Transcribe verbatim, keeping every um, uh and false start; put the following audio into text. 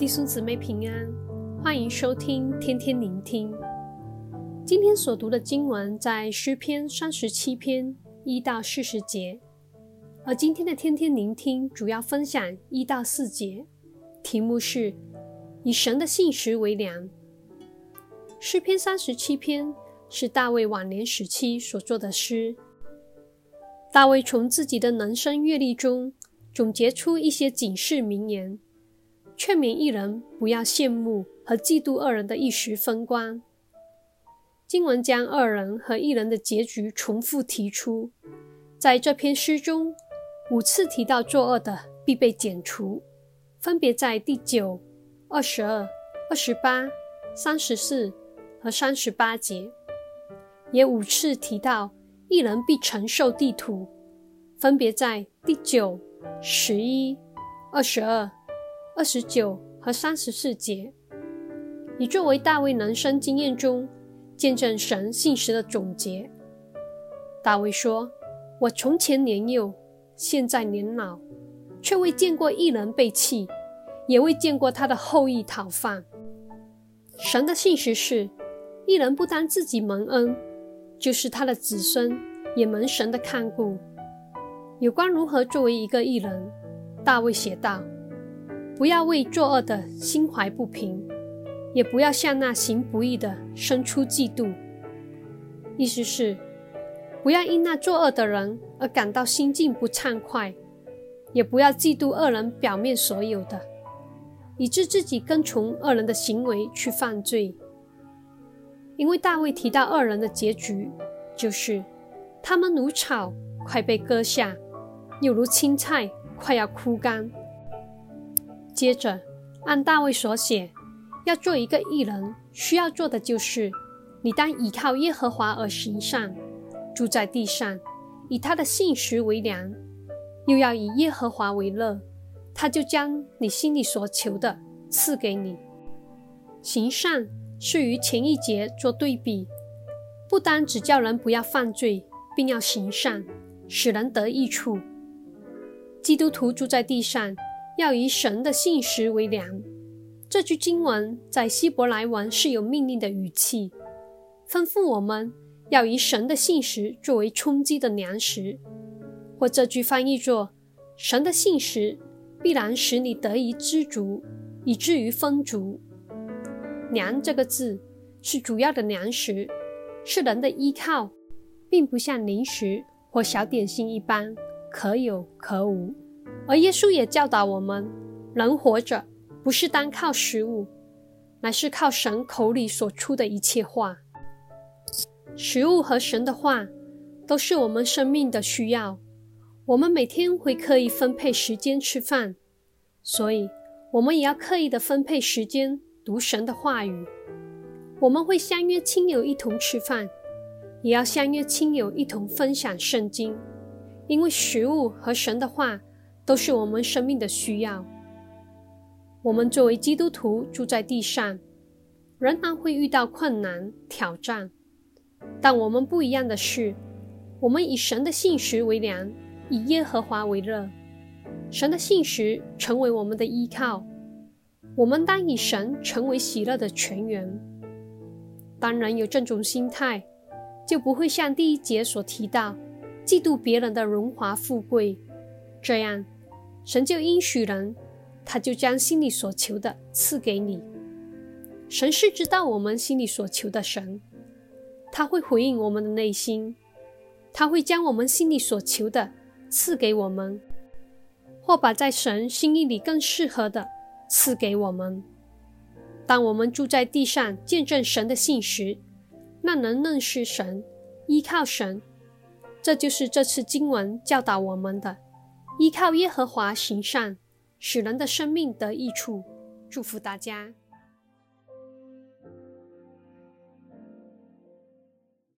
弟兄姊妹平安，欢迎收听天天聆听。今天所读的经文在诗篇三十七篇一到四十节，而今天的天天聆听主要分享一到四节，题目是以神的信实为粮。诗篇三十七篇是大卫晚年时期所作的诗。大卫从自己的人生阅历中总结出一些警示名言，劝勉一人不要羡慕和嫉妒二人的一时风光。经文将二人和一人的结局重复提出，在这篇诗中五次提到作恶的必被剪除，分别在第九、二十二、二十八、三十四和三十八节，也五次提到一人必承受地土，分别在第九、十一、二十二、二十九和三十四节，以作为大卫人生经验中见证神信实的总结。大卫说，我从前年幼，现在年老，却未见过一人被弃，也未见过他的后裔讨饭。神的信实是，一人不单自己蒙恩，就是他的子孙也蒙神的看顾。有关如何作为一个义人，大卫写道，不要为作恶的心怀不平，也不要向那行不义的生出嫉妒。意思是，不要因那作恶的人而感到心境不畅快，也不要嫉妒恶人表面所有的，以致自己跟从恶人的行为去犯罪。因为大卫提到恶人的结局，就是他们如草快被割下，又如青菜快要枯干。接着按大卫所写，要做一个义人，需要做的就是你当倚靠耶和华而行善，住在地上，以他的信实为粮，又要以耶和华为乐，他就将你心里所求的赐给你。行善是与前一节做对比，不单只叫人不要犯罪，并要行善，使人得益处。基督徒住在地上，要以神的信实为粮。这句经文在希伯来文是有命令的语气，吩咐我们要以神的信实作为充饥的粮食，或这句翻译作，神的信实必然使你得以知足，以至于丰足。粮这个字是主要的粮食，是人的依靠，并不像零食或小点心一般可有可无。而耶稣也教导我们，人活着不是单靠食物，乃是靠神口里所出的一切话。食物和神的话都是我们生命的需要，我们每天会刻意分配时间吃饭，所以我们也要刻意的分配时间读神的话语。我们会相约亲友一同吃饭，也要相约亲友一同分享圣经，因为食物和神的话都是我们生命的需要。我们作为基督徒住在地上，仍然会遇到困难挑战，但我们不一样的是，我们以神的信实为粮，以耶和华为乐。神的信实成为我们的依靠，我们当以神成为喜乐的泉源。当人有这种心态，就不会像第一节所提到嫉妒别人的荣华富贵，这样神就应许人，他就将心里所求的赐给你。神是知道我们心里所求的神，他会回应我们的内心，他会将我们心里所求的赐给我们，或把在神心意里更适合的赐给我们。当我们住在地上见证神的信实，让人认识神，依靠神，这就是这次经文教导我们的，依靠耶和华行善，使人的生命得益处。祝福大家。